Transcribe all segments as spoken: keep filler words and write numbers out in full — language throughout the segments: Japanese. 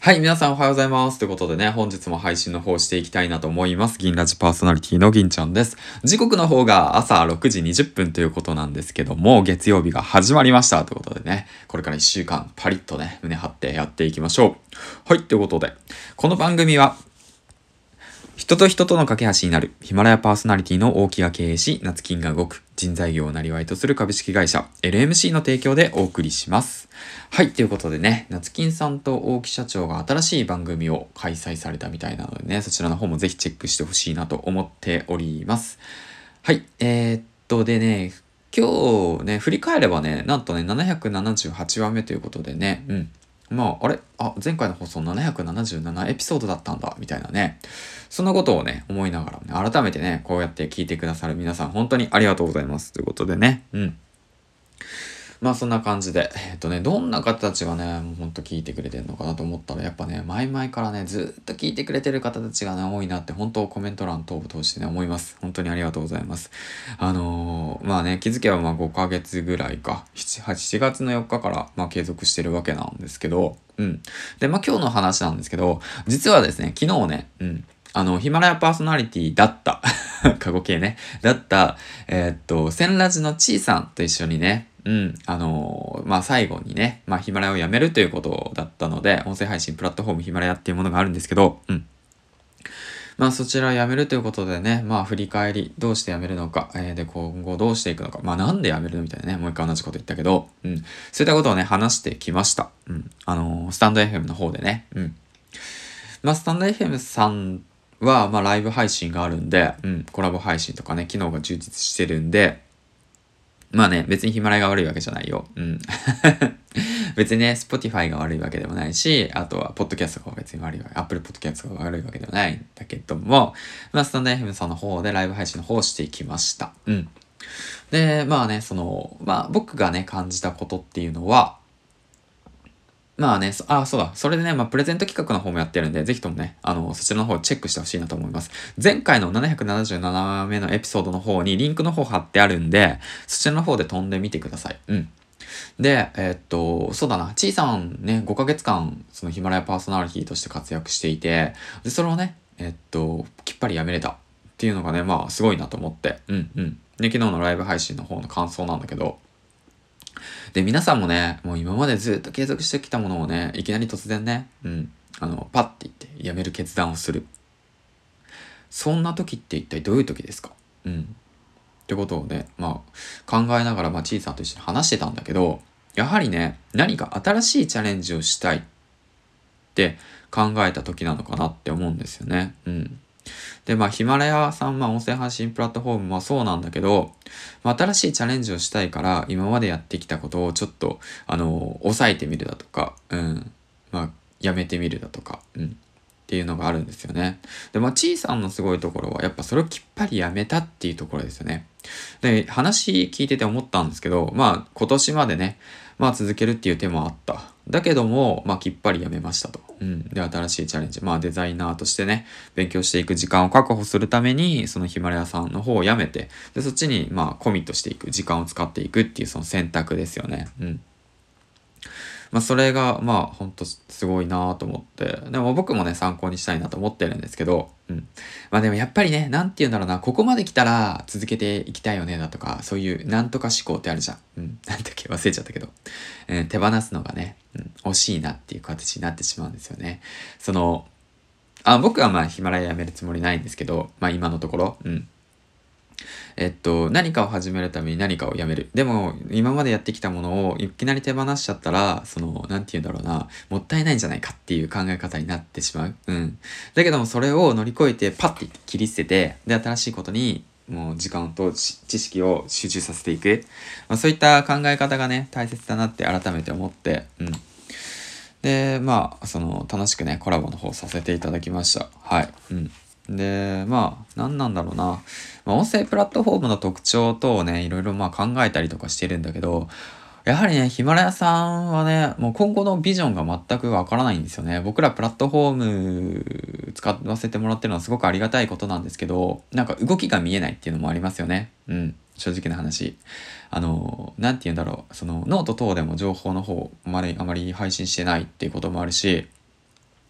はい、皆さんおはようございます。ということでね、本日も配信の方していきたいなと思います。銀ラジパーソナリティの銀ちゃんです。時刻の方が朝ろくじにじゅっぷんということなんですけども、月曜日が始まりました。ということでね、これからいっしゅうかんパリッとね、胸張ってやっていきましょう。はい、ということで、この番組は、人と人との架け橋になるヒマラヤパーソナリティの大木が経営し、夏金が動く人材業をなりわいとする株式会社 エルエムシー の提供でお送りします。はい、ということでね、夏金さんと大木社長が新しい番組を開催されたみたいなのでね、そちらの方もぜひチェックしてほしいなと思っております。はい、えー、っとでね、今日ね、振り返ればね、なんとね、ななひゃくななじゅうはちわめということでね、うん。まあ、あれあ、前回の放送ななひゃくななじゅうななエピソードだったんだ、みたいなね。そんなことをね、思いながらね、改めてね、こうやって聞いてくださる皆さん、本当にありがとうございます。ということでね、うん。まあそんな感じで、えっとね、どんな方たちがね、もうほんと聞いてくれてるのかなと思ったら、やっぱね、前々からね、ずっと聞いてくれてる方たちがね、多いなって、本当コメント欄等を通してね、思います。本当にありがとうございます。あのー、まあね、気づけばまあごかげつぐらいか、しちがつのよっかからまあ継続してるわけなんですけど、うん。で、まあ今日の話なんですけど、実はですね、昨日ね、うん。あの、ヒマラヤパーソナリティだった、過去形ね、だった、えーっと、センラジのちーさんと一緒にね、うん、あのー、まあ、最後にね、まあ、ヒマラヤをやめるということだったので、音声配信プラットフォームヒマラヤっていうものがあるんですけど、うん。まあ、そちらをやめるということでね、まあ、振り返り、どうしてやめるのか、えー、で、今後どうしていくのか、まあ、なんでやめるのみたいなね、もう一回同じこと言ったけど、うん。そういったことをね、話してきました。うん。あのー、スタンド エフエム の方でね、うん。まあ、スタンド エフエム さんは、まあ、ライブ配信があるんで、うん、コラボ配信とかね、機能が充実してるんで、まあね、別にヒマラヤが悪いわけじゃないよ。うん。別にね、Spotify が悪いわけでもないし、あとは、ポッドキャストが別に悪いわけ、Apple Podcast が悪いわけではないんだけども、まあ、スタンド エフエム さんの方でライブ配信の方をしていきました。うん。で、まあね、その、まあ、僕がね、感じたことっていうのは、まあね、そあ、そうだ。それでね、まあ、プレゼント企画の方もやってるんで、ぜひともね、あの、そちらの方チェックしてほしいなと思います。前回のななひゃくななじゅうななわめのエピソードの方にリンクの方貼ってあるんで、そちらの方で飛んでみてください。うん。で、えーっと、そうだな、ちいさんね、ごかげつかん、そのヒマラヤパーソナリティとして活躍していて、で、それをね、えーっと、きっぱりやめれたっていうのがね、まあ、すごいなと思って、うんうん。で、昨日のライブ配信の方の感想なんだけど、で、皆さんもね、もう今までずっと継続してきたものをね、いきなり突然ね、うん、あの、パッて言ってやめる決断をする。そんな時って一体どういう時ですか？うん。ってことをね、まあ、考えながら、まあ、ちいさんと一緒に話してたんだけど、やはりね、何か新しいチャレンジをしたいって考えた時なのかなって思うんですよね。うん。で、まあ、ヒマラヤさん、まあ、音声配信プラットフォームもそうなんだけど、まあ、新しいチャレンジをしたいから、今までやってきたことをちょっと、あの、抑えてみるだとか、うん、まあ、やめてみるだとか、うん、っていうのがあるんですよね。で、まあ、ちいさんのすごいところは、やっぱそれをきっぱりやめたっていうところですよね。で、話聞いてて思ったんですけど、まあ、今年までね、まあ、続けるっていう手もあった。だけども、まあ、きっぱりやめましたと。うん。で、新しいチャレンジ。まあ、デザイナーとしてね、勉強していく時間を確保するために、そのヒマラヤさんの方をやめて、で、そっちに、まあ、コミットしていく、時間を使っていくっていうその選択ですよね。うん。まあ、それが、まあ、ほんとすごいなと思って。でも僕もね、参考にしたいなと思ってるんですけど、うん。まあでもやっぱりね、なんて言うんだろうな、ここまで来たら続けていきたいよね、だとか、そういうなんとか思考ってあるじゃん。うん。なんだっけ、忘れちゃったけど。えー手放すのがね、うん、惜しいなっていう形になってしまうんですよね。その、あ、僕はまあヒマラヤやめるつもりないんですけど、まあ今のところ、うん。えっと、何かを始めるために何かをやめる。でも、今までやってきたものをいきなり手放しちゃったら、その、なんて言うんだろうな、もったいないんじゃないかっていう考え方になってしまう。うん。だけども、それを乗り越えて、パッて切り捨てて、で、新しいことに、もう時間と知識を集中させていく。まあ、そういった考え方がね、大切だなって改めて思って、うん。で、まあ、その、楽しくね、コラボの方させていただきました。はい。うん。で、まあ、何なんだろうな。まあ、音声プラットフォームの特徴等をね、いろいろまあ考えたりとかしてるんだけど、やはりね、ヒマラヤさんはね、もう今後のビジョンが全くわからないんですよね。僕らプラットフォーム使わせてもらってるのはすごくありがたいことなんですけど、なんか動きが見えないっていうのもありますよね。うん。正直な話。あの、なんて言うんだろう。その、ノート等でも情報の方、あまり、あまり配信してないっていうこともあるし、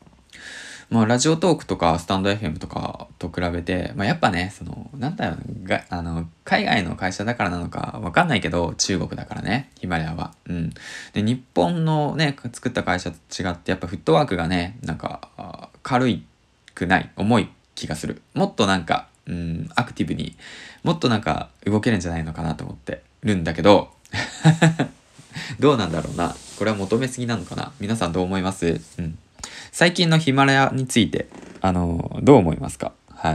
まあ、ラジオトークとかスタンド エフエム とかと比べて、まあ、やっぱね、その、なんだろうが、あの、海外の会社だからなのかわかんないけど、中国だからね、ヒマラヤは。うん。で、日本のね、作った会社と違って、やっぱフットワークがね、なんか、軽いくない、重い気がする。もっとなんか、うん、アクティブに、もっとなんか動けるんじゃないのかなと思ってるんだけど、どうなんだろうな。これは求めすぎなのかな。皆さんどう思います？うん。最近のヒマラヤについて、あの、どう思いますか？はい。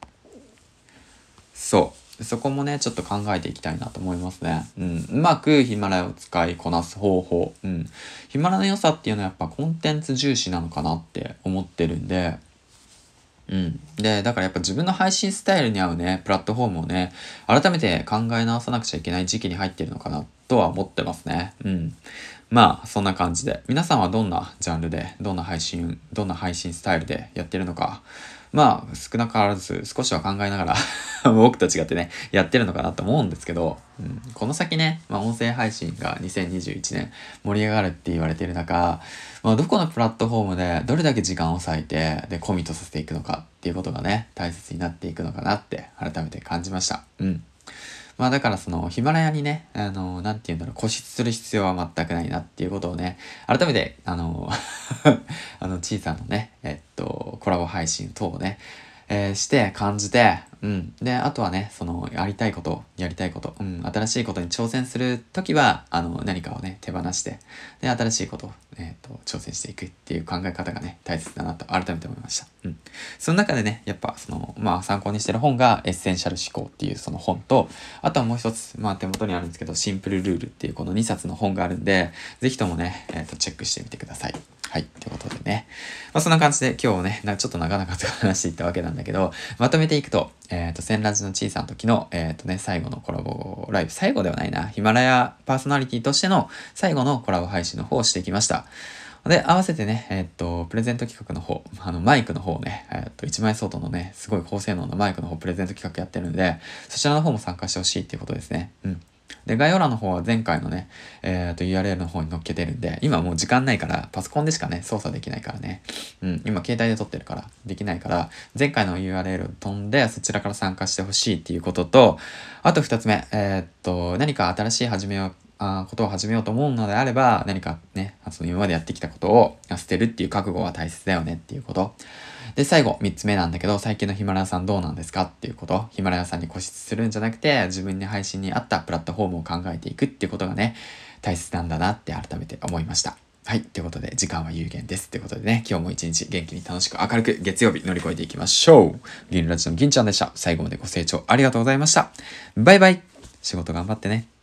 そう。そこもね、ちょっと考えていきたいなと思いますね。うん。うまくヒマラヤを使いこなす方法。うん。ヒマラヤの良さっていうのはやっぱコンテンツ重視なのかなって思ってるんで、うん。で、だからやっぱ自分の配信スタイルに合うね、プラットフォームをね、改めて考え直さなくちゃいけない時期に入ってるのかなとは思ってますね。うん。まあ、そんな感じで。皆さんはどんなジャンルで、どんな配信、どんな配信スタイルでやってるのか。まあ、少なからず少しは考えながら僕と違ってね、やってるのかなと思うんですけど、うん、この先ね、まあ、音声配信がにせんにじゅういちねん盛り上がるって言われてる中、まあ、どこのプラットフォームでどれだけ時間を割いて、で、コミットさせていくのかっていうことがね、大切になっていくのかなって改めて感じました。うん。まあだからそのヒマラヤにね、あの、なんて言うんだろう、固執する必要は全くないなっていうことをね、改めて、あの、あの、小さなね、えっと、コラボ配信等をね、えーして感じて、うん。で、あとはね、その、やりたいこと、やりたいこと、うん、新しいことに挑戦するときは、あの、何かをね、手放して、で、新しいことを、えっと、挑戦していくっていう考え方がね、大切だなと改めて思いました。うん。その中でね、やっぱ、その、まあ、参考にしてる本が、エッセンシャル思考っていうその本と、あとはもう一つ、まあ、手元にあるんですけど、シンプルルールっていうこのにさつの本があるんで、ぜひともね、えっと、チェックしてみてください。はい。ということでね。まあ、そんな感じで今日ね、なちょっと長々と話していったわけなんだけど、まとめていくと、えっ、と、千ラジの小さな時の、えっ、とね、最後のコラボライブ、最後ではないな、ヒマラヤパーソナリティとしての最後のコラボ配信の方をしてきました。で、合わせてね、えっ、と、プレゼント企画の方、あの、マイクの方ね、えっ、と、いちまん円相当のね、すごい高性能なマイクの方、プレゼント企画やってるんで、そちらの方も参加してほしいっていうことですね。うん。で、概要欄の方は前回のね、えっと、ユーアールエル の方に載っけてるんで、今もう時間ないから、パソコンでしかね、操作できないからね。うん、今携帯で撮ってるから、できないから、前回の ユーアールエル を飛んで、そちらから参加してほしいっていうことと、あと二つ目、えーっと、何か新しい始めよう、あことを始めようと思うのであれば、何かね、その今までやってきたことを捨てるっていう覚悟は大切だよねっていうこと。で、最後、三つ目なんだけど、最近のヒマラヤさんどうなんですかっていうこと。ヒマラヤさんに固執するんじゃなくて、自分に配信に合ったプラットフォームを考えていくっていうことがね、大切なんだなって改めて思いました。はい。ということで、時間は有限です。ということでね、今日も一日元気に楽しく明るく月曜日乗り越えていきましょう。銀ラジの銀ちゃんでした。最後までご清聴ありがとうございました。バイバイ。仕事頑張ってね。